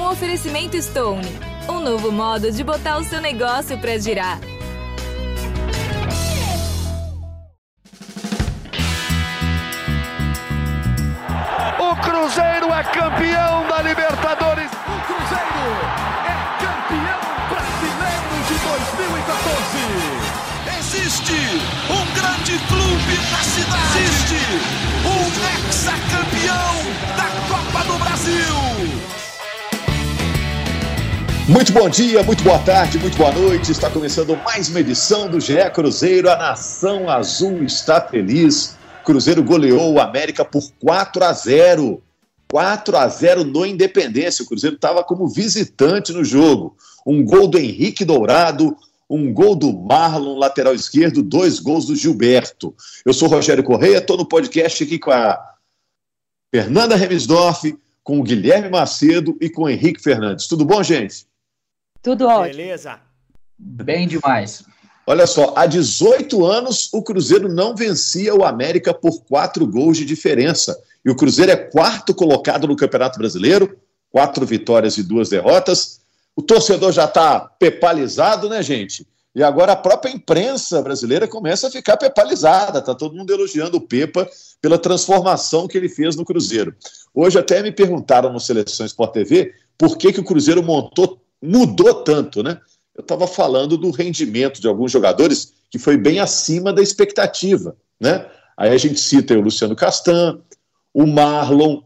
Um oferecimento Stone, um novo modo de botar o seu negócio pra girar. O Cruzeiro é campeão da Libertadores. O Cruzeiro é campeão brasileiro de 2014. Existe um grande clube na cidade. Existe um hexacampeão da Copa do Brasil. Muito bom dia, muito boa tarde, muito boa noite. Está começando mais uma edição do GE Cruzeiro. A Nação Azul está feliz. Cruzeiro goleou o América por 4-0. 4-0 no Independência. O Cruzeiro estava como visitante no jogo. Um gol do Henrique Dourado, um gol do Marlon, lateral esquerdo, 2 gols do Gilberto. Eu sou Rogério Correia, estou no podcast aqui com a Fernanda Remisdorf, com o Guilherme Macedo e com o Henrique Fernandes. Tudo bom, gente? Tudo ótimo. Beleza. Bem demais. Olha só, há 18 anos o Cruzeiro não vencia o América por 4 gols de diferença. E o Cruzeiro é 4º colocado no Campeonato Brasileiro, 4 vitórias e 2 derrotas. O torcedor já está pepalizado, né, gente? E agora a própria imprensa brasileira começa a ficar pepalizada. Está todo mundo elogiando o Pepa pela transformação que ele fez no Cruzeiro. Hoje até me perguntaram no Seleção Sport TV por que o Cruzeiro mudou tanto, né? Eu estava falando do rendimento de alguns jogadores que foi bem acima da expectativa, né? Aí a gente cita o Luciano Castan, o Marlon,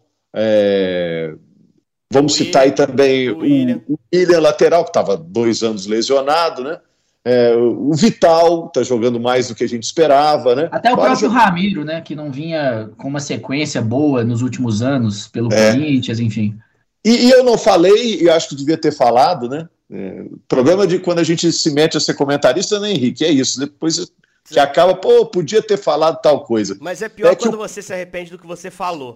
vamos citar aí também o William lateral, que estava 2 anos lesionado, né? O Vital está jogando mais do que a gente esperava, né? Até o próprio Ramiro, né? Que não vinha com uma sequência boa nos últimos anos, pelo Corinthians, enfim. E eu não falei, e acho que devia ter falado, né? O problema de quando a gente se mete a ser comentarista, né, Henrique? É isso. Depois que acaba, podia ter falado tal coisa. Mas é pior quando você se arrepende do que você falou.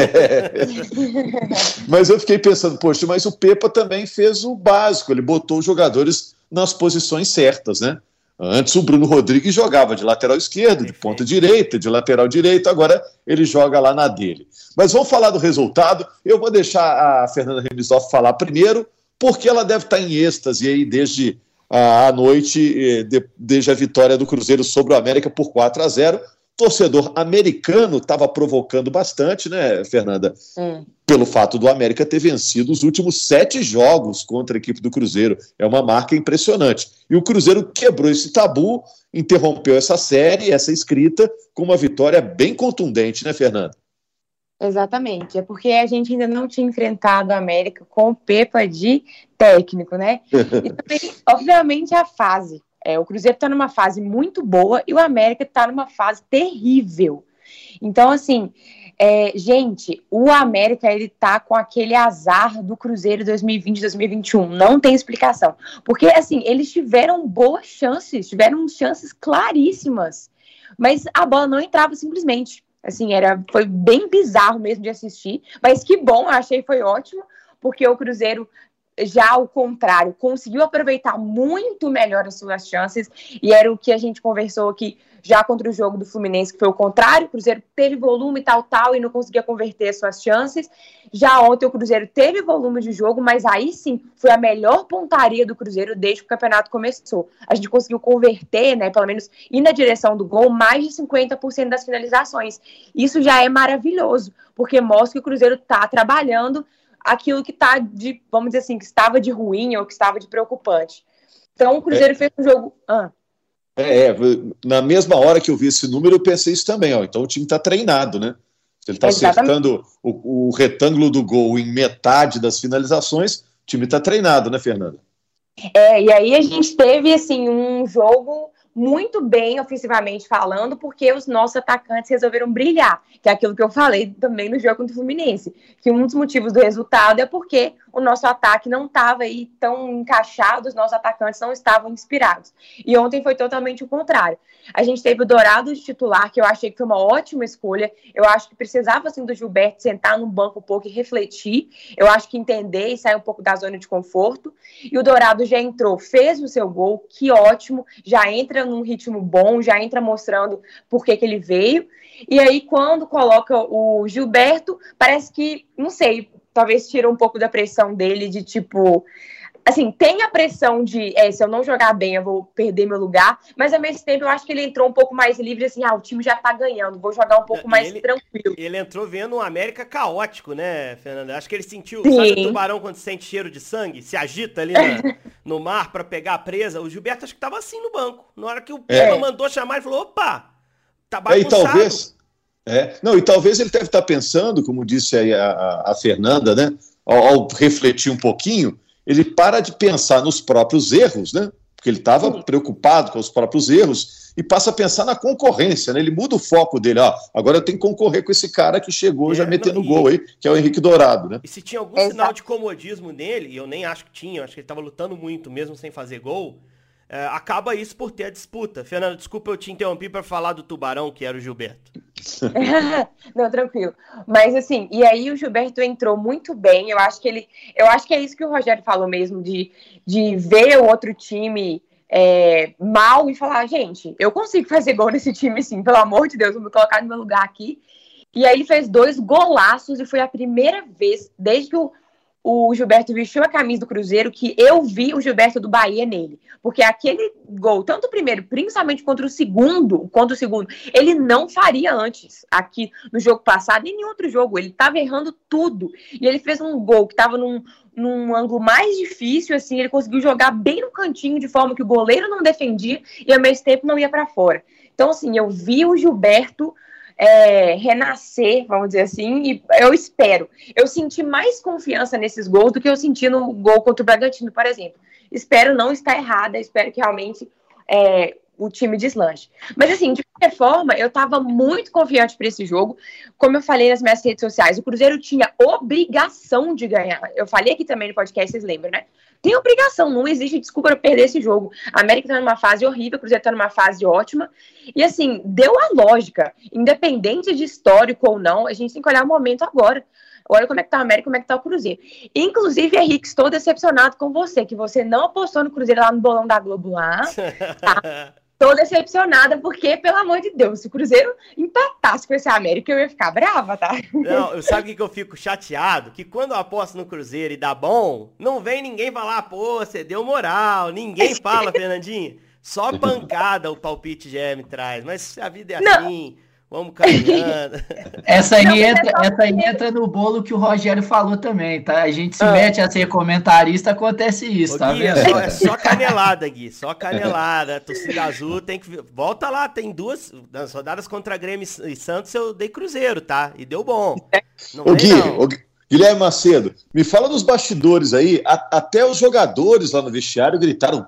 Mas eu fiquei pensando, poxa, mas o Pepa também fez o básico. Ele botou os jogadores nas posições certas, né? Antes o Bruno Rodrigues jogava de lateral esquerdo, de ponta direita, de lateral direito, agora ele joga lá na dele. Mas vamos falar do resultado. Eu vou deixar a Fernanda Remisdorf falar primeiro, porque ela deve estar em êxtase aí desde a noite, desde a vitória do Cruzeiro sobre o América por 4-0. Torcedor americano estava provocando bastante, né, Fernanda? Pelo fato do América ter vencido os últimos 7 jogos contra a equipe do Cruzeiro. É uma marca impressionante. E o Cruzeiro quebrou esse tabu, interrompeu essa série, essa escrita, com uma vitória bem contundente, né, Fernanda? Exatamente, é porque a gente ainda não tinha enfrentado a América com o Pepa de técnico, né? E também, obviamente, a fase. O Cruzeiro está numa fase muito boa e o América está numa fase terrível. Então, assim, gente, o América, ele tá com aquele azar do Cruzeiro 2020-2021. Não tem explicação. Porque, assim, eles tiveram boas chances, tiveram chances claríssimas, mas a bola não entrava simplesmente. Assim, foi bem bizarro mesmo de assistir, mas que bom, eu achei, foi ótimo, porque o Cruzeiro, já ao contrário, conseguiu aproveitar muito melhor as suas chances, e era o que a gente conversou aqui já contra o jogo do Fluminense, que foi o contrário. O Cruzeiro teve volume tal, e não conseguia converter as suas chances. Já ontem o Cruzeiro teve volume de jogo, mas aí sim, foi a melhor pontaria do Cruzeiro desde que o campeonato começou. A gente conseguiu converter, né, pelo menos ir na direção do gol, mais de 50% das finalizações. Isso já é maravilhoso, porque mostra que o Cruzeiro está trabalhando aquilo que está vamos dizer assim, que estava de ruim ou que estava de preocupante. Então o Cruzeiro fez um jogo... Na mesma hora que eu vi esse número, eu pensei isso também, então o time está treinado, né? Se ele está acertando o retângulo do gol em metade das finalizações, o time está treinado, né, Fernanda? E aí a gente teve, assim, um jogo muito bem ofensivamente falando, porque os nossos atacantes resolveram brilhar, que é aquilo que eu falei também no jogo contra o Fluminense, que um dos motivos do resultado é porque o nosso ataque não estava aí tão encaixado, os nossos atacantes não estavam inspirados. E ontem foi totalmente o contrário. A gente teve o Dourado de titular, que eu achei que foi uma ótima escolha. Eu acho que precisava, assim, do Gilberto sentar no banco um pouco e refletir. Eu acho que entender e sair um pouco da zona de conforto. E o Dourado já entrou, fez o seu gol, que ótimo, já entra num ritmo bom, já entra mostrando por que ele veio. E aí, quando coloca o Gilberto, parece que, não sei, talvez tira um pouco da pressão dele de tipo... Assim, tem a pressão de, se eu não jogar bem, eu vou perder meu lugar, mas ao mesmo tempo eu acho que ele entrou um pouco mais livre, assim, o time já tá ganhando, vou jogar um pouco mais tranquilo. Ele entrou vendo um América caótico, né, Fernanda? Acho que ele sentiu, sabe o tubarão quando sente cheiro de sangue? Se agita ali no mar pra pegar a presa? O Gilberto acho que tava assim no banco. Na hora que o Pepa mandou chamar, ele falou, opa, tá bagunçado. E talvez ele deve estar pensando, como disse aí a Fernanda, né, ao refletir um pouquinho, ele para de pensar nos próprios erros, né? Porque ele estava preocupado com os próprios erros e passa a pensar na concorrência, né? Ele muda o foco dele, agora eu tenho que concorrer com esse cara que chegou já metendo gol aí, que é o Henrique Dourado, né? E se tinha algum sinal de comodismo nele, e eu nem acho que tinha, eu acho que ele estava lutando muito mesmo sem fazer gol, acaba isso por ter a disputa. Fernando, desculpa, eu te interrompi para falar do tubarão, que era o Gilberto. Não, tranquilo. Mas assim, e aí o Gilberto entrou muito bem. Eu acho que é isso que o Rogério falou mesmo, de ver o outro time mal e falar, gente, eu consigo fazer gol nesse time sim, pelo amor de Deus, vou me colocar no meu lugar aqui. E aí ele fez 2 golaços e foi a primeira vez desde que o Gilberto vestiu a camisa do Cruzeiro que eu vi o Gilberto do Bahia nele. Porque aquele gol, tanto o primeiro, principalmente contra o segundo, ele não faria antes, aqui no jogo passado, nem em outro jogo. Ele estava errando tudo. E ele fez um gol que estava num ângulo mais difícil, assim, ele conseguiu jogar bem no cantinho, de forma que o goleiro não defendia e ao mesmo tempo não ia para fora. Então, assim, eu vi o Gilberto renascer, vamos dizer assim, e eu senti mais confiança nesses gols do que eu senti no gol contra o Bragantino, por exemplo. Espero não estar errada, espero que realmente o time deslanche. Mas assim, de qualquer forma, eu estava muito confiante para esse jogo. Como eu falei nas minhas redes sociais, o Cruzeiro tinha obrigação de ganhar. Eu falei aqui também no podcast, vocês lembram, né? Tem obrigação, não existe desculpa para perder esse jogo. A América está numa fase horrível, o Cruzeiro está numa fase ótima. E assim, deu a lógica. Independente de histórico ou não, a gente tem que olhar o momento agora. Olha como é que tá a América, como é que tá o Cruzeiro. Inclusive, Henrique, estou decepcionado com você, que você não apostou no Cruzeiro lá no bolão da Globo lá. Tá? Tô decepcionada, porque, pelo amor de Deus, se o Cruzeiro empatasse com esse América, eu ia ficar brava, tá? Não, sabe o que eu fico chateado? Que quando eu aposto no Cruzeiro e dá bom, não vem ninguém falar, pô, você deu moral. Ninguém fala, Fernandinha. Só pancada o palpite já me traz. Mas a vida é assim, vamos caminhando. Essa aí entra no bolo que o Rogério falou também, tá? A gente se mete a ser comentarista, acontece isso, tá Gui, vendo? É só canelada, Gui, só canelada. A torcida azul tem que... Volta lá, tem 2 nas rodadas contra Grêmio e Santos, eu dei Cruzeiro, tá? E deu bom. Ô Gui, Guilherme Macedo, me fala dos bastidores aí, até os jogadores lá no vestiário gritaram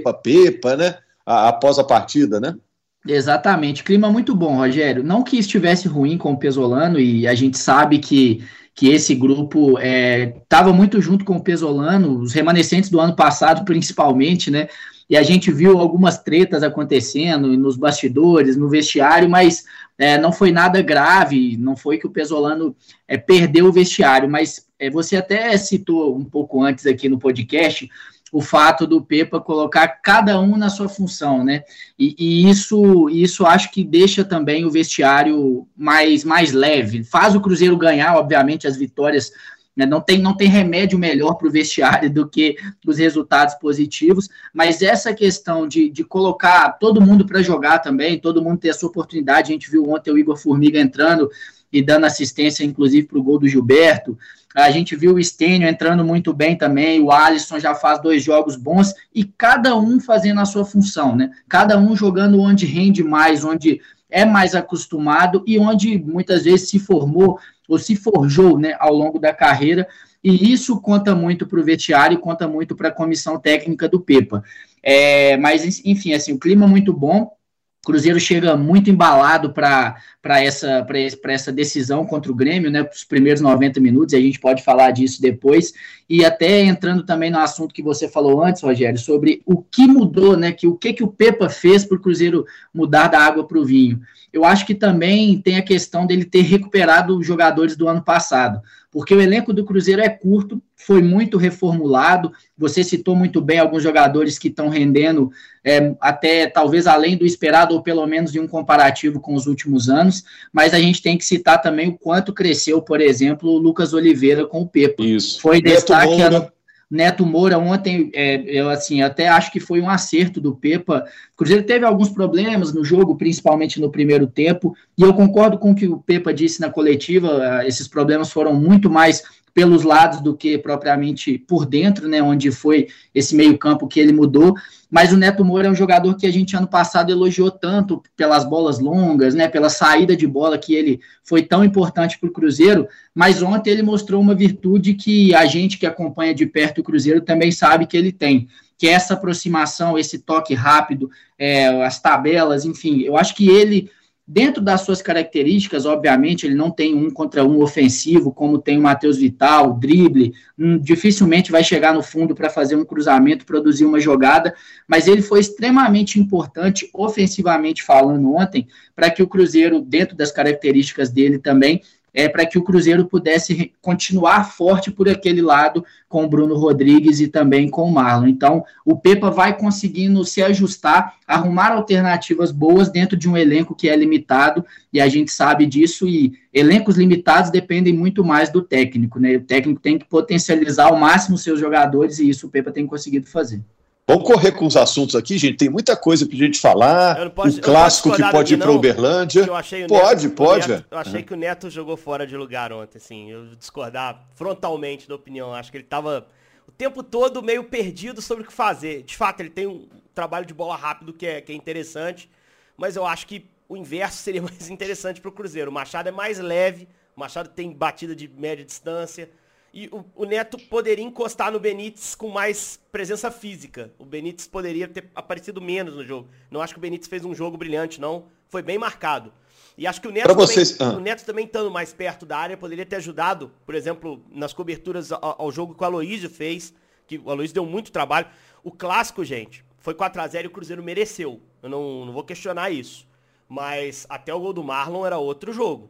Pepa, né? Após a partida, né? Exatamente, clima muito bom, Rogério. Não que estivesse ruim com o Pesolano, e a gente sabe que esse grupo estava muito junto com o Pesolano, os remanescentes do ano passado principalmente, né? E a gente viu algumas tretas acontecendo nos bastidores, no vestiário, mas não foi nada grave, não foi que o Pesolano perdeu o vestiário, mas você até citou um pouco antes aqui no podcast o fato do Pepa colocar cada um na sua função, né? E isso acho que deixa também o vestiário mais leve. Faz o Cruzeiro ganhar, obviamente, as vitórias, né? Não tem remédio melhor para o vestiário do que os resultados positivos, mas essa questão de colocar todo mundo para jogar também, todo mundo ter a sua oportunidade. A gente viu ontem o Igor Formiga entrando e dando assistência, inclusive, para o gol do Gilberto. A gente viu o Stênio entrando muito bem também, o Alisson já faz 2 jogos bons, e cada um fazendo a sua função, né? Cada um jogando onde rende mais, onde é mais acostumado e onde muitas vezes se formou ou se forjou, né, ao longo da carreira, e isso conta muito para o vestiário e conta muito para a comissão técnica do Pepa. Mas, enfim, assim, o clima é muito bom. O Cruzeiro chega muito embalado para essa decisão contra o Grêmio, né, os primeiros 90 minutos, e a gente pode falar disso depois, e até entrando também no assunto que você falou antes, Rogério, sobre o que mudou, né, o que o Pepa fez para o Cruzeiro mudar da água para o vinho. Eu acho que também tem a questão dele ter recuperado os jogadores do ano passado. porque o elenco do Cruzeiro é curto, foi muito reformulado, você citou muito bem alguns jogadores que estão rendendo até talvez além do esperado, ou pelo menos em um comparativo com os últimos anos, mas a gente tem que citar também o quanto cresceu, por exemplo, o Lucas Oliveira com o Pepa. Isso. Foi destaque Neto Moura ontem, eu assim, até acho que foi um acerto do Pepa. O Cruzeiro teve alguns problemas no jogo, principalmente no primeiro tempo, e eu concordo com o que o Pepa disse na coletiva, esses problemas foram muito mais pelos lados do que propriamente por dentro, né, onde foi esse meio-campo que ele mudou, mas o Neto Moura é um jogador que a gente ano passado elogiou tanto pelas bolas longas, né, pela saída de bola, que ele foi tão importante para o Cruzeiro, mas ontem ele mostrou uma virtude que a gente que acompanha de perto o Cruzeiro também sabe que ele tem, que é essa aproximação, esse toque rápido, as tabelas, enfim, eu acho que ele, dentro das suas características, obviamente, ele não tem um contra um ofensivo, como tem o Matheus Vital, o drible, dificilmente vai chegar no fundo para fazer um cruzamento, produzir uma jogada, mas ele foi extremamente importante, ofensivamente falando ontem, para que o Cruzeiro, dentro das características dele também, para que o Cruzeiro pudesse continuar forte por aquele lado com o Bruno Rodrigues e também com o Marlon. Então, o Pepa vai conseguindo se ajustar, arrumar alternativas boas dentro de um elenco que é limitado, e a gente sabe disso, e elencos limitados dependem muito mais do técnico, né? O técnico tem que potencializar ao máximo seus jogadores, e isso o Pepa tem conseguido fazer. Vamos correr com os assuntos aqui, gente. Tem muita coisa pra gente falar. O clássico que pode ir para Uberlândia. Pode. Eu achei que o Neto jogou fora de lugar ontem, assim. Eu discordar frontalmente da opinião. Acho que ele tava o tempo todo meio perdido sobre o que fazer. De fato, ele tem um trabalho de bola rápido que é interessante, mas eu acho que o inverso seria mais interessante pro Cruzeiro. O Machado é mais leve, o Machado tem batida de média distância. E o Neto poderia encostar no Benítez com mais presença física. O Benítez poderia ter aparecido menos no jogo. Não acho que o Benítez fez um jogo brilhante, não. Foi bem marcado. E acho que o Neto também estando mais perto da área poderia ter ajudado, por exemplo, nas coberturas ao jogo que o Aloísio fez, que o Aloísio deu muito trabalho. O clássico, gente, foi 4-0 e o Cruzeiro mereceu. Eu não vou questionar isso. Mas até o gol do Marlon era outro jogo.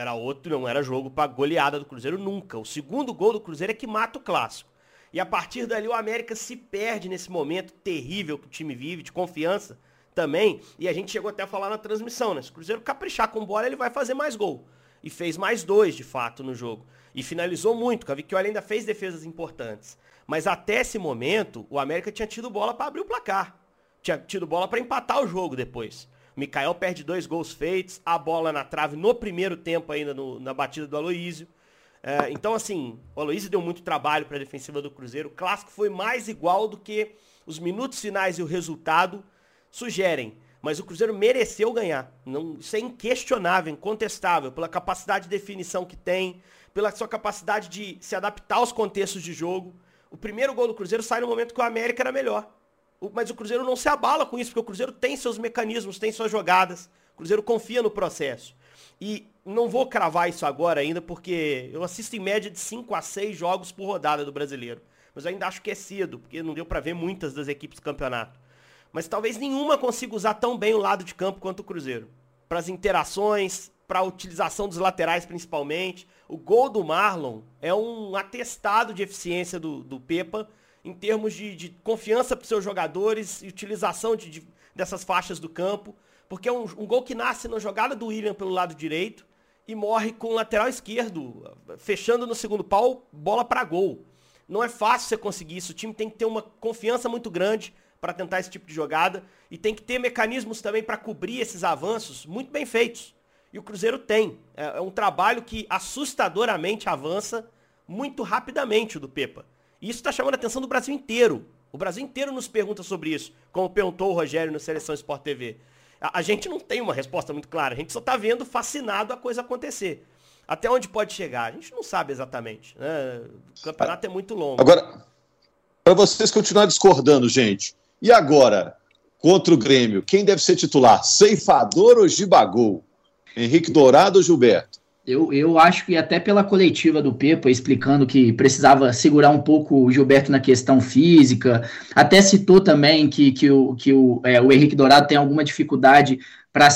Não era jogo pra goleada do Cruzeiro nunca. O segundo gol do Cruzeiro é que mata o clássico. E a partir dali o América se perde nesse momento terrível que o time vive, de confiança também. E a gente chegou até a falar na transmissão, né? Se o Cruzeiro caprichar com bola, ele vai fazer mais gol. E fez mais 2, de fato, no jogo. E finalizou muito, porque a Vicchioli ainda fez defesas importantes. Mas até esse momento, o América tinha tido bola pra abrir o placar. Tinha tido bola pra empatar o jogo depois. O Mikael perde 2 gols feitos, a bola na trave no primeiro tempo ainda na batida do Aloísio. Então, assim, o Aloísio deu muito trabalho para a defensiva do Cruzeiro. O clássico foi mais igual do que os minutos finais e o resultado sugerem. Mas o Cruzeiro mereceu ganhar. Isso é inquestionável, incontestável, pela capacidade de definição que tem, pela sua capacidade de se adaptar aos contextos de jogo. O primeiro gol do Cruzeiro sai no momento que o América era melhor. Mas o Cruzeiro não se abala com isso, porque o Cruzeiro tem seus mecanismos, tem suas jogadas. O Cruzeiro confia no processo. E não vou cravar isso agora ainda, porque eu assisto em média de 5 a 6 jogos por rodada do Brasileiro. Mas eu ainda acho que é cedo, porque não deu pra ver muitas das equipes do campeonato. Mas talvez nenhuma consiga usar tão bem o lado de campo quanto o Cruzeiro. Para as interações, para a utilização dos laterais principalmente. O gol do Marlon é um atestado de eficiência do Pepa, em termos de confiança para os seus jogadores e utilização dessas faixas do campo, porque é um gol que nasce na jogada do William pelo lado direito e morre com o lateral esquerdo, fechando no segundo pau, bola para gol. Não é fácil você conseguir isso, o time tem que ter uma confiança muito grande para tentar esse tipo de jogada e tem que ter mecanismos também para cobrir esses avanços muito bem feitos. E o Cruzeiro tem. É um trabalho que assustadoramente avança muito rapidamente o do Pepa. E isso está chamando a atenção do Brasil inteiro. O Brasil inteiro nos pergunta sobre isso, como perguntou o Rogério no Seleção Sport TV. A gente não tem uma resposta muito clara, a gente só está vendo fascinado a coisa acontecer. Até onde pode chegar? A gente não sabe exatamente, né? O campeonato é muito longo. Agora, para vocês continuarem discordando, gente, e agora, contra o Grêmio, quem deve ser titular? Ceifador ou Gibagol? Henrique Dourado ou Gilberto? Eu acho que até pela coletiva do Pepa, explicando que precisava segurar um pouco o Gilberto na questão física, até citou também que o Henrique Dourado tem alguma dificuldade para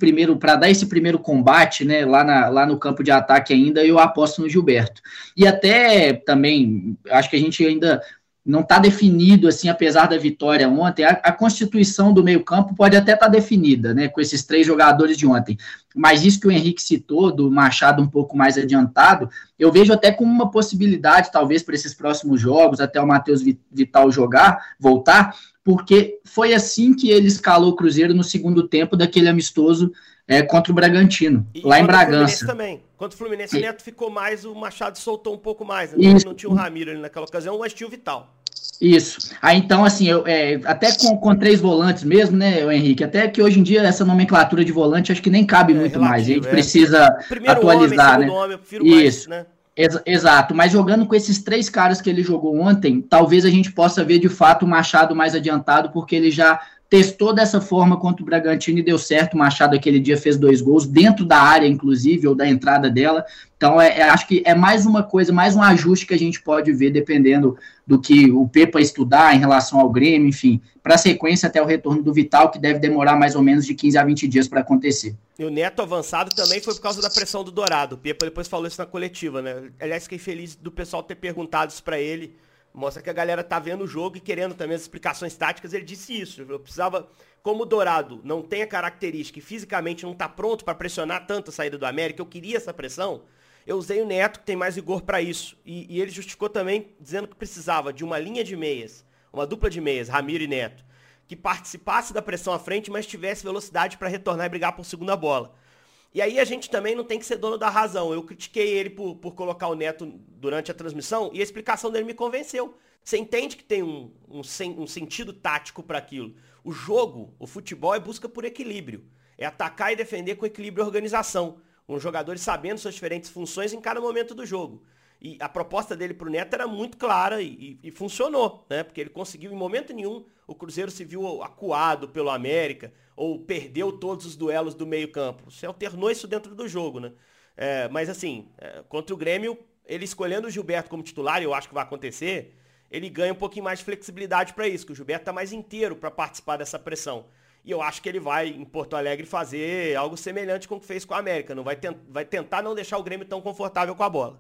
dar esse primeiro combate, né, lá no campo de ataque ainda, eu aposto no Gilberto. E até também, acho que a gente ainda não está definido, assim, apesar da vitória ontem, a constituição do meio-campo pode até estar definida, né, com esses 3 jogadores de ontem, mas isso que o Henrique citou, do Machado um pouco mais adiantado, eu vejo até como uma possibilidade, talvez, para esses próximos jogos, até o Matheus Vital voltar, porque foi assim que ele escalou o Cruzeiro no segundo tempo daquele amistoso contra o Bragantino, lá em Bragança. Contra o Fluminense, o Neto ficou mais, o Machado soltou um pouco mais, né? Não tinha o Ramiro ali naquela ocasião, mas tinha o Vital. Isso. Aí então, assim, até com 3 volantes mesmo, né, Henrique? Até que hoje em dia essa nomenclatura de volante acho que nem cabe muito relativo, mais. A gente precisa atualizar, homem, né? Homem, eu prefiro isso. Mais, né? Exato, mas jogando com esses 3 caras que ele jogou ontem, talvez a gente possa ver de fato o Machado mais adiantado, porque ele já testou dessa forma contra o Bragantino e deu certo. O Machado aquele dia fez 2 gols dentro da área, inclusive, ou da entrada dela. Então, acho que é mais uma coisa, mais um ajuste que a gente pode ver, dependendo do que o Pepa estudar em relação ao Grêmio, enfim, para a sequência até o retorno do Vital, que deve demorar mais ou menos de 15 a 20 dias para acontecer. E o Neto avançado também foi por causa da pressão do Dourado. O Pepa depois falou isso na coletiva, né? Aliás, fiquei feliz do pessoal ter perguntado isso para ele. Mostra que a galera tá vendo o jogo e querendo também as explicações táticas. Ele disse isso. Eu precisava, como o Dourado não tem a característica e fisicamente não tá pronto para pressionar tanto a saída do América, eu queria essa pressão, eu usei o Neto, que tem mais vigor para isso. E ele justificou também dizendo que precisava de uma linha de meias, uma dupla de meias, Ramiro e Neto, que participasse da pressão à frente, mas tivesse velocidade para retornar e brigar por segunda bola. E aí a gente também não tem que ser dono da razão. Eu critiquei ele por colocar o Neto durante a transmissão e a explicação dele me convenceu. Você entende que tem um sentido tático para aquilo. O jogo, o futebol é busca por equilíbrio. É atacar e defender com equilíbrio e organização. Com os jogadores sabendo suas diferentes funções em cada momento do jogo. E a proposta dele pro Neto era muito clara e funcionou, né? Porque ele conseguiu, em momento nenhum, o Cruzeiro se viu acuado pelo América ou perdeu todos os duelos do meio campo. Você alternou isso dentro do jogo, né? Mas assim, contra o Grêmio, ele escolhendo o Gilberto como titular, e eu acho que vai acontecer, ele ganha um pouquinho mais de flexibilidade para isso, que o Gilberto tá mais inteiro para participar dessa pressão. E eu acho que ele vai, em Porto Alegre, fazer algo semelhante com o que fez com a América. Não vai tentar não deixar o Grêmio tão confortável com a bola.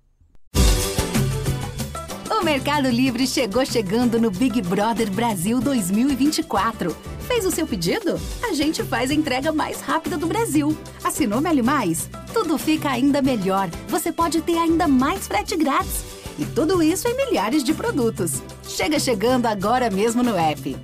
O Mercado Livre chegando no Big Brother Brasil 2024. Fez o seu pedido? A gente faz a entrega mais rápida do Brasil. Assinou Meli Mais? Tudo fica ainda melhor. Você pode ter ainda mais frete grátis. E tudo isso em milhares de produtos. Chegando agora mesmo no app.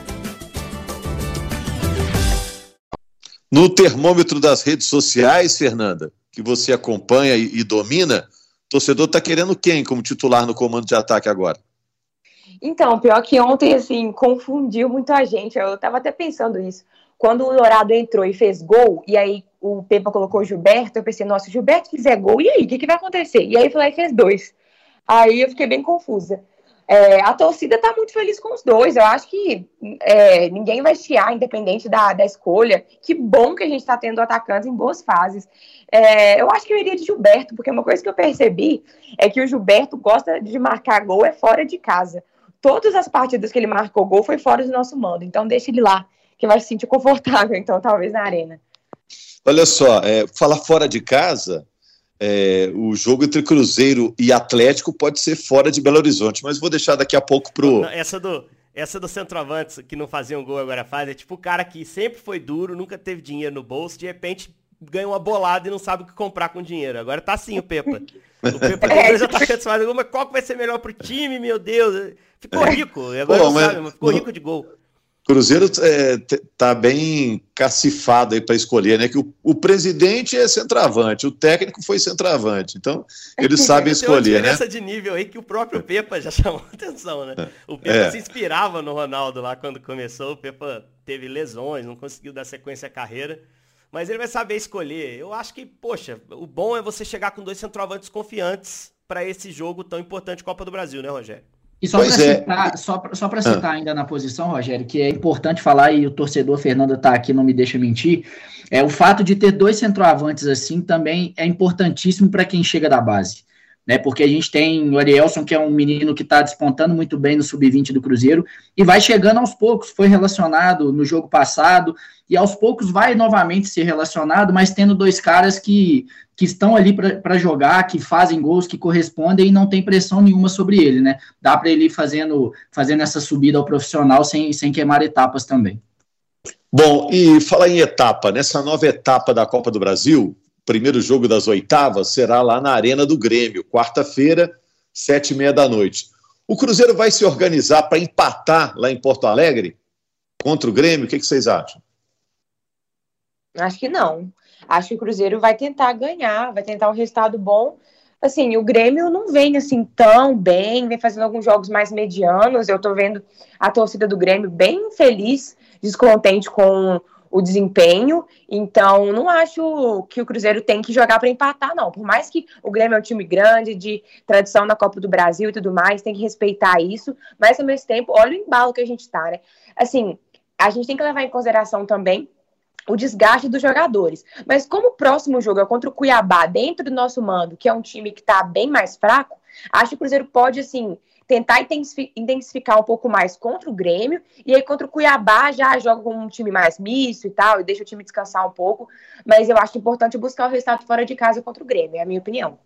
No termômetro das redes sociais, Fernanda, que você acompanha e domina, o torcedor está querendo quem como titular no comando de ataque agora? Então, pior que ontem, assim, confundiu muito a gente. Eu estava até pensando isso. Quando o Dourado entrou e fez gol, e aí o Pepa colocou o Gilberto, eu pensei, nossa, se o Gilberto fizer gol, e aí, o que vai acontecer? E aí foi lá e fez 2. Aí eu fiquei bem confusa. A torcida está muito feliz com os dois. Eu acho que ninguém vai chiar, independente da escolha. Que bom que a gente está tendo atacantes em boas fases. Eu acho que eu iria de Gilberto, porque uma coisa que eu percebi é que o Gilberto gosta de marcar gol fora de casa. Todas as partidas que ele marcou gol foi fora do nosso mando. Então deixa ele lá, que vai se sentir confortável, então, talvez na arena. Olha só, falar fora de casa... o jogo entre Cruzeiro e Atlético pode ser fora de Belo Horizonte, mas vou deixar daqui a pouco pro... Não, essa do centroavante que não fazia um gol agora faz, é tipo o cara que sempre foi duro, nunca teve dinheiro no bolso, de repente ganha uma bolada e não sabe o que comprar com dinheiro. Agora tá assim o Pepa. O Pepa tem 2 atacantes fazendo gol, mas qual que vai ser melhor pro time, meu Deus? Ficou rico, agora não sabe, mas ficou rico de gol. Cruzeiro tá bem cacifado aí para escolher, né? Que o presidente é centroavante, o técnico foi centroavante, então eles sabem escolher, né? Tem uma diferença de nível aí que o próprio Pepa já chamou atenção, né? O Pepa se inspirava no Ronaldo lá quando começou, o Pepa teve lesões, não conseguiu dar sequência à carreira, mas ele vai saber escolher. Eu acho que, poxa, o bom é você chegar com 2 centroavantes confiantes para esse jogo tão importante, Copa do Brasil, né, Rogério? E só para citar ainda na posição, Rogério, que é importante falar, e o torcedor Fernanda está aqui, não me deixa mentir, o fato de ter 2 centroavantes assim também é importantíssimo para quem chega da base. né? Porque a gente tem o Arielson, que é um menino que está despontando muito bem no sub-20 do Cruzeiro, e vai chegando aos poucos, foi relacionado no jogo passado, e aos poucos vai novamente ser relacionado, mas tendo dois caras que estão ali para jogar, que fazem gols, que correspondem e não tem pressão nenhuma sobre ele, né? Dá para ele ir fazendo essa subida ao profissional sem queimar etapas também. Bom, e falar em etapa, nessa nova etapa da Copa do Brasil, o primeiro jogo das oitavas será lá na Arena do Grêmio, quarta-feira, 7h30 da noite. O Cruzeiro vai se organizar para empatar lá em Porto Alegre contra o Grêmio? O que vocês acham? Acho que não. Acho que o Cruzeiro vai tentar ganhar, vai tentar um resultado bom. Assim, o Grêmio não vem assim tão bem, vem fazendo alguns jogos mais medianos. Eu tô vendo a torcida do Grêmio bem feliz, descontente com o desempenho. Então, não acho que o Cruzeiro tem que jogar para empatar, não. Por mais que o Grêmio é um time grande, de tradição na Copa do Brasil e tudo mais, tem que respeitar isso. Mas, ao mesmo tempo, olha o embalo que a gente tá, né? Assim, a gente tem que levar em consideração também o desgaste dos jogadores. Mas como o próximo jogo é contra o Cuiabá, dentro do nosso mando, que é um time que está bem mais fraco, acho que o Cruzeiro pode, assim, tentar intensificar um pouco mais contra o Grêmio, e aí contra o Cuiabá já joga com um time mais misto e tal, e deixa o time descansar um pouco, mas eu acho importante buscar o resultado fora de casa contra o Grêmio, é a minha opinião.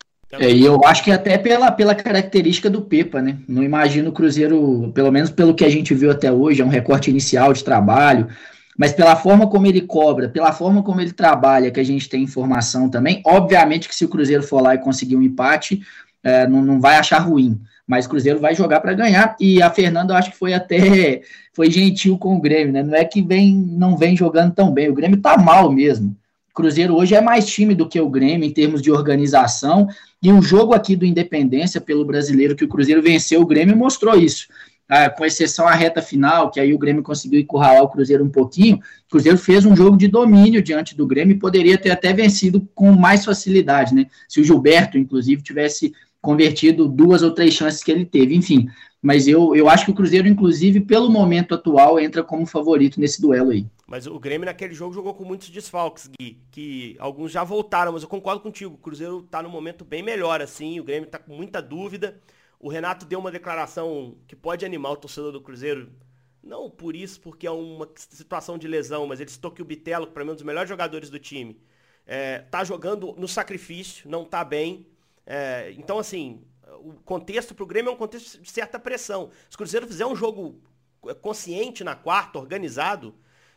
E eu acho que até pela característica do Pepa, né? Não imagino o Cruzeiro, pelo menos pelo que a gente viu até hoje, é um recorte inicial de trabalho, mas pela forma como ele cobra, pela forma como ele trabalha, que a gente tem informação também, obviamente que se o Cruzeiro for lá e conseguir um empate, não vai achar ruim, mas o Cruzeiro vai jogar para ganhar, e a Fernanda eu acho que foi gentil com o Grêmio, né? Não é que não vem jogando tão bem, o Grêmio tá mal mesmo. O Cruzeiro hoje é mais time do que o Grêmio em termos de organização, e o jogo aqui do Independência pelo Brasileiro, que o Cruzeiro venceu o Grêmio, mostrou isso. Com exceção à reta final, que aí o Grêmio conseguiu encurralar o Cruzeiro um pouquinho, o Cruzeiro fez um jogo de domínio diante do Grêmio e poderia ter até vencido com mais facilidade, né? Se o Gilberto, inclusive, tivesse convertido 2 ou 3 chances que ele teve, enfim. Mas eu acho que o Cruzeiro, inclusive, pelo momento atual, entra como favorito nesse duelo aí. Mas o Grêmio naquele jogo jogou com muitos desfalques, Gui, que alguns já voltaram, mas eu concordo contigo, o Cruzeiro tá num momento bem melhor, assim, o Grêmio tá com muita dúvida. O Renato deu uma declaração que pode animar o torcedor do Cruzeiro, não por isso, porque é uma situação de lesão, mas ele citou que o Bitelo, que para mim é um dos melhores jogadores do time, tá jogando no sacrifício, não tá bem. Então, assim, o contexto para o Grêmio é um contexto de certa pressão. Se o Cruzeiro fizer um jogo consciente na quarta, organizado,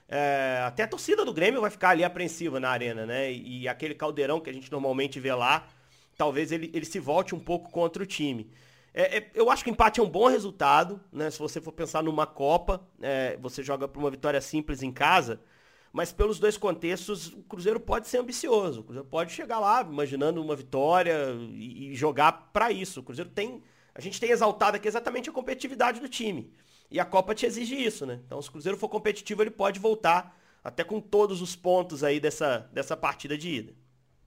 até a torcida do Grêmio vai ficar ali apreensiva na arena, né? E aquele caldeirão que a gente normalmente vê lá, talvez ele se volte um pouco contra o time. Eu acho que o empate é um bom resultado, né? Se você for pensar numa Copa, você joga por uma vitória simples em casa, mas pelos dois contextos, o Cruzeiro pode ser ambicioso. O Cruzeiro pode chegar lá imaginando uma vitória e jogar para isso. O Cruzeiro a gente tem exaltado aqui exatamente a competitividade do time. E a Copa te exige isso, né? Então, se o Cruzeiro for competitivo, ele pode voltar até com todos os pontos aí dessa partida de ida.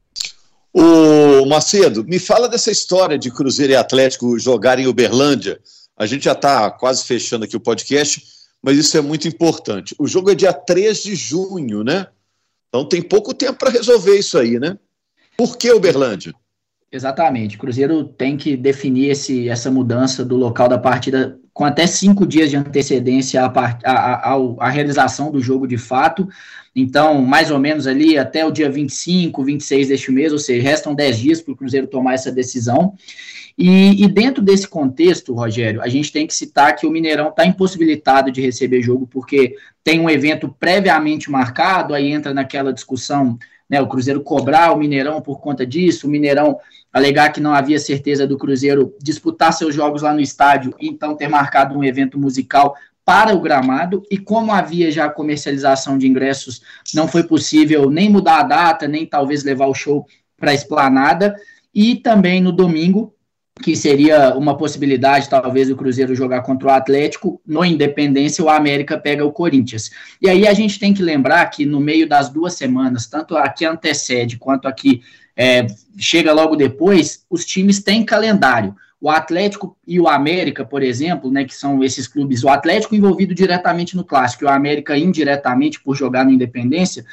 Ô Macedo, me fala dessa história de Cruzeiro e Atlético jogarem em Uberlândia. A gente já está quase fechando aqui o podcast, mas isso é muito importante. O jogo é dia 3 de junho, né? Então tem pouco tempo para resolver isso aí, né? Por que Uberlândia? Exatamente. O Cruzeiro tem que definir essa mudança do local da partida com até 5 dias de antecedência à realização do jogo de fato. Então, mais ou menos ali até o dia 25, 26 deste mês, ou seja, restam 10 dias para o Cruzeiro tomar essa decisão. E dentro desse contexto, Rogério, a gente tem que citar que o Mineirão está impossibilitado de receber jogo porque tem um evento previamente marcado, aí entra naquela discussão, né, o Cruzeiro cobrar o Mineirão por conta disso, o Mineirão alegar que não havia certeza do Cruzeiro disputar seus jogos lá no estádio e então ter marcado um evento musical para o gramado, e como havia já comercialização de ingressos, não foi possível nem mudar a data, nem talvez levar o show para a Esplanada, e também no domingo, que seria uma possibilidade, talvez, o Cruzeiro jogar contra o Atlético, no Independência, o América pega o Corinthians. E aí a gente tem que lembrar que no meio das 2 semanas, tanto a que antecede quanto a que chega logo depois, os times têm calendário. O Atlético e o América, por exemplo, né, que são esses clubes, o Atlético envolvido diretamente no Clássico e o América indiretamente por jogar no Independência,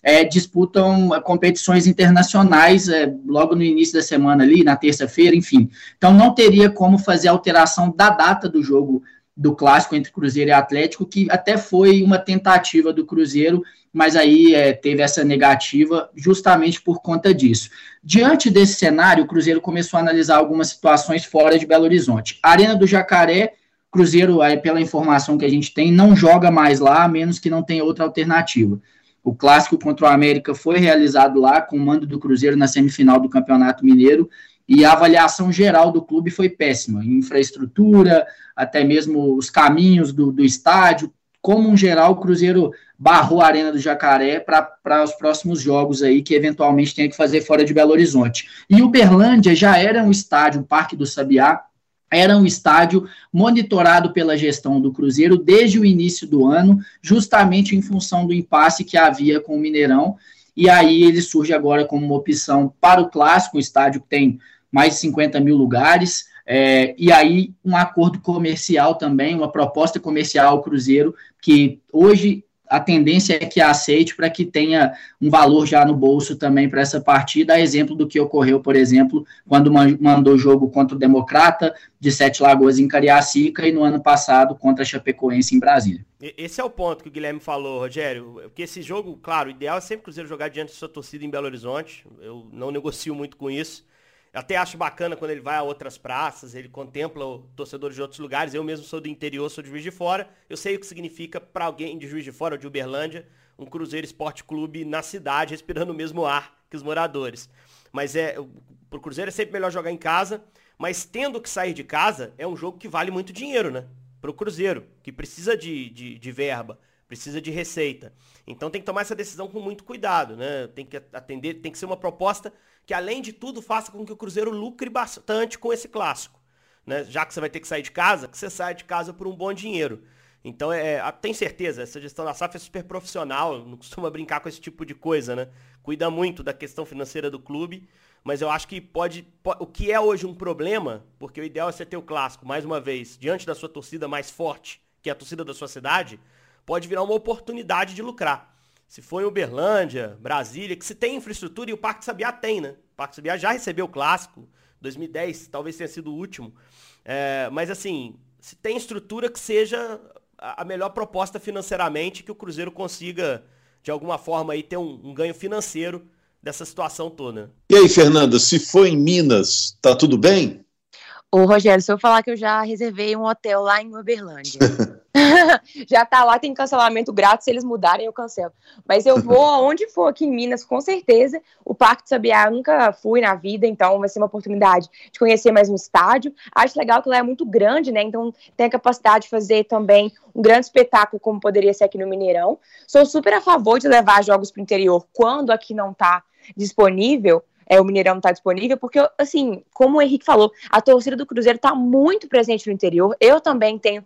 disputam competições internacionais logo no início da semana ali, na terça-feira, enfim. Então não teria como fazer alteração da data do jogo do clássico entre Cruzeiro e Atlético, que até foi uma tentativa do Cruzeiro, mas aí teve essa negativa justamente por conta disso. Diante desse cenário, o Cruzeiro começou a analisar algumas situações fora de Belo Horizonte. A Arena do Jacaré, Cruzeiro, pela informação que a gente tem, não joga mais lá, a menos que não tenha outra alternativa. O clássico contra o América foi realizado lá, com o mando do Cruzeiro na semifinal do Campeonato Mineiro, e a avaliação geral do clube foi péssima. Infraestrutura, até mesmo os caminhos do estádio, como um geral, o Cruzeiro barrou a Arena do Jacaré para os próximos jogos aí, que eventualmente tem que fazer fora de Belo Horizonte. E Uberlândia já era um estádio, o Parque do Sabiá, era um estádio monitorado pela gestão do Cruzeiro desde o início do ano, justamente em função do impasse que havia com o Mineirão, e aí ele surge agora como uma opção para o Clássico, um estádio que tem mais de 50 mil lugares, e aí um acordo comercial também, uma proposta comercial ao Cruzeiro, que hoje a tendência é que aceite para que tenha um valor já no bolso também para essa partida, a exemplo do que ocorreu, por exemplo, quando mandou o jogo contra o Democrata de Sete Lagoas em Cariacica e no ano passado contra a Chapecoense em Brasília. Esse é o ponto que o Guilherme falou, Rogério, porque esse jogo, claro, o ideal é sempre o Cruzeiro jogar diante da sua torcida em Belo Horizonte, eu não negocio muito com isso. Eu até acho bacana quando ele vai a outras praças, ele contempla torcedores de outros lugares. Eu mesmo sou do interior, sou de Juiz de Fora. Eu sei o que significa para alguém de Juiz de Fora ou de Uberlândia um Cruzeiro Esporte Clube na cidade, respirando o mesmo ar que os moradores. Mas pro Cruzeiro é sempre melhor jogar em casa, mas tendo que sair de casa, é um jogo que vale muito dinheiro, né? Pro Cruzeiro, que precisa de verba, precisa de receita. Então tem que tomar essa decisão com muito cuidado, né? Tem que atender, tem que ser uma proposta que, além de tudo, faça com que o Cruzeiro lucre bastante com esse clássico, né? Já que você vai ter que sair de casa, que você saia de casa por um bom dinheiro. Então, tem certeza, essa gestão da SAF é super profissional, não costuma brincar com esse tipo de coisa, né? Cuida muito da questão financeira do clube, mas eu acho que o que é hoje um problema, porque o ideal é você ter o clássico, mais uma vez, diante da sua torcida mais forte, que é a torcida da sua cidade, pode virar uma oportunidade de lucrar. Se for em Uberlândia, Brasília, que se tem infraestrutura, e o Parque do Sabiá tem, né? O Parque do Sabiá já recebeu o clássico, 2010 talvez tenha sido o último. Mas assim, se tem estrutura, que seja a melhor proposta financeiramente, que o Cruzeiro consiga, de alguma forma, aí, ter um ganho financeiro dessa situação toda. E aí, Fernanda, se for em Minas, tá tudo bem? Ô, Rogério, se eu falar que eu já reservei um hotel lá em Uberlândia. Já tá lá, tem cancelamento grátis, se eles mudarem eu cancelo. Mas eu vou aonde for aqui em Minas, com certeza. O Parque do Sabiá eu nunca fui na vida, então vai ser uma oportunidade de conhecer mais um estádio. Acho legal que lá é muito grande, né? Então tem a capacidade de fazer também um grande espetáculo, como poderia ser aqui no Mineirão. Sou super a favor de levar jogos pro interior quando aqui não tá disponível. O Mineirão não está disponível, porque, assim, como o Henrique falou, a torcida do Cruzeiro está muito presente no interior. Eu também tenho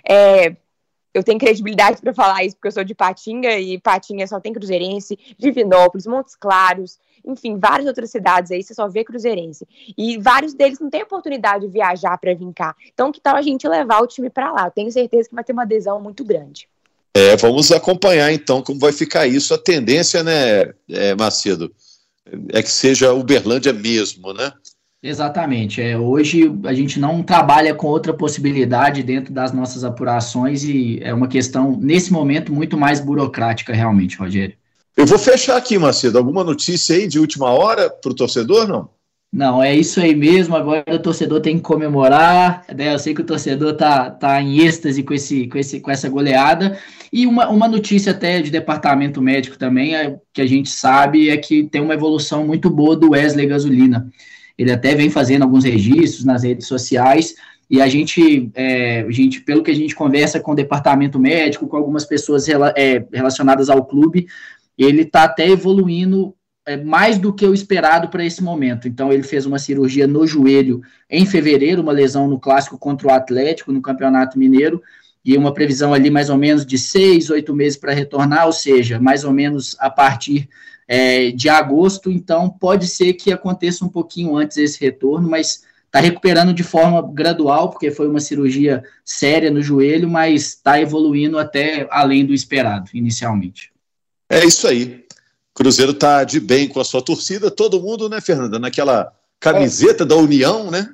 credibilidade para falar isso, porque eu sou de Patinga, e Patinga só tem cruzeirense, Divinópolis, Montes Claros, enfim, várias outras cidades aí, você só vê cruzeirense. E vários deles não têm oportunidade de viajar para vir cá. Então, que tal a gente levar o time para lá? Eu tenho certeza que vai ter uma adesão muito grande. Vamos acompanhar, então, como vai ficar isso. A tendência, né, Macedo, é que seja Uberlândia mesmo, né? Exatamente. Hoje a gente não trabalha com outra possibilidade dentro das nossas apurações e é uma questão, nesse momento, muito mais burocrática, realmente, Rogério. Eu vou fechar aqui, Macedo. Alguma notícia aí de última hora para o torcedor, não? Não, é isso aí mesmo. Agora o torcedor tem que comemorar, né? Eu sei que o torcedor tá em êxtase com essa goleada. E uma notícia até de departamento médico também, que a gente sabe, é que tem uma evolução muito boa do Wesley Gasolina. Ele até vem fazendo alguns registros nas redes sociais, e a gente, pelo que a gente conversa com o departamento médico, com algumas pessoas relacionadas ao clube, ele está até evoluindo mais do que o esperado para esse momento. Então, ele fez uma cirurgia no joelho em fevereiro, uma lesão no clássico contra o Atlético, no Campeonato Mineiro, e uma previsão ali mais ou menos de 6-8 meses para retornar, ou seja, mais ou menos a partir de agosto. Então, pode ser que aconteça um pouquinho antes esse retorno, mas está recuperando de forma gradual, porque foi uma cirurgia séria no joelho, mas está evoluindo até além do esperado, inicialmente. É isso aí. Cruzeiro tá de bem com a sua torcida, todo mundo, né, Fernanda? Naquela camiseta da União, né?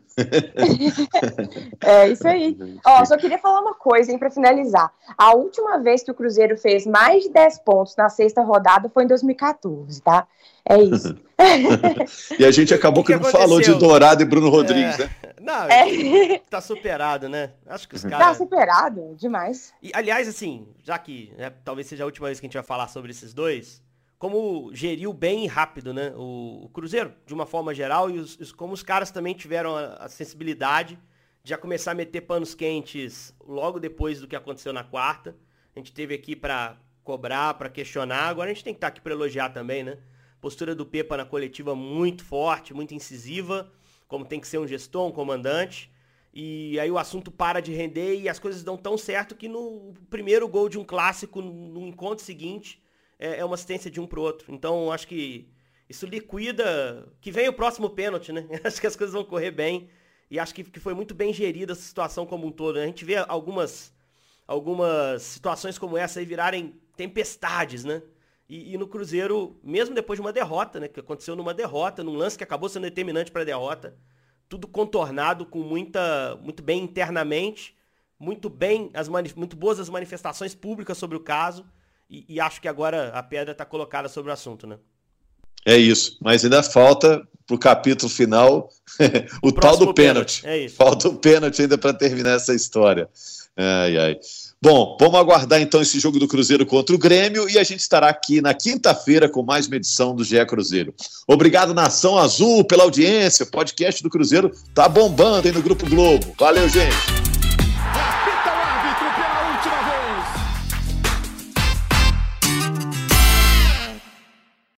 É isso aí. Ó, só queria falar uma coisa, hein, para finalizar. A última vez que o Cruzeiro fez mais de 10 pontos na sexta rodada foi em 2014, tá? É isso. E a gente acabou que não falou de Dourado e Bruno Rodrigues, né? Não, tá superado, né? Acho que os caras... Tá superado, demais. E, aliás, assim, já que talvez seja a última vez que a gente vai falar sobre esses dois, como geriu bem e rápido, né? O Cruzeiro, de uma forma geral, e como os caras também tiveram a sensibilidade de já começar a meter panos quentes logo depois do que aconteceu na quarta. A gente teve aqui pra cobrar, pra questionar, agora a gente tem que estar aqui pra elogiar também, né? Postura do Pepa na coletiva muito forte, muito incisiva, como tem que ser um gestor, um comandante. E aí o assunto para de render e as coisas dão tão certo que no primeiro gol de um clássico, no encontro seguinte, é uma assistência de um pro outro. Então acho que isso liquida, que vem o próximo pênalti, né? Acho que as coisas vão correr bem e acho que foi muito bem gerida essa situação como um todo, né? A gente vê algumas situações como essa aí virarem tempestades, né? E no Cruzeiro, mesmo depois de uma derrota, né? Que aconteceu numa derrota, num lance que acabou sendo determinante para a derrota, tudo contornado com muito bem internamente, muito boas as manifestações públicas sobre o caso, e acho que agora a pedra está colocada sobre o assunto, né? É isso, mas ainda falta pro capítulo final o tal do pênalti. É isso. Falta o pênalti ainda para terminar essa história. Ai, ai. Bom, vamos aguardar então esse jogo do Cruzeiro contra o Grêmio e a gente estará aqui na quinta-feira com mais uma edição do GE Cruzeiro. Obrigado, Nação Azul, pela audiência. O podcast do Cruzeiro tá bombando aí no Grupo Globo. Valeu, gente!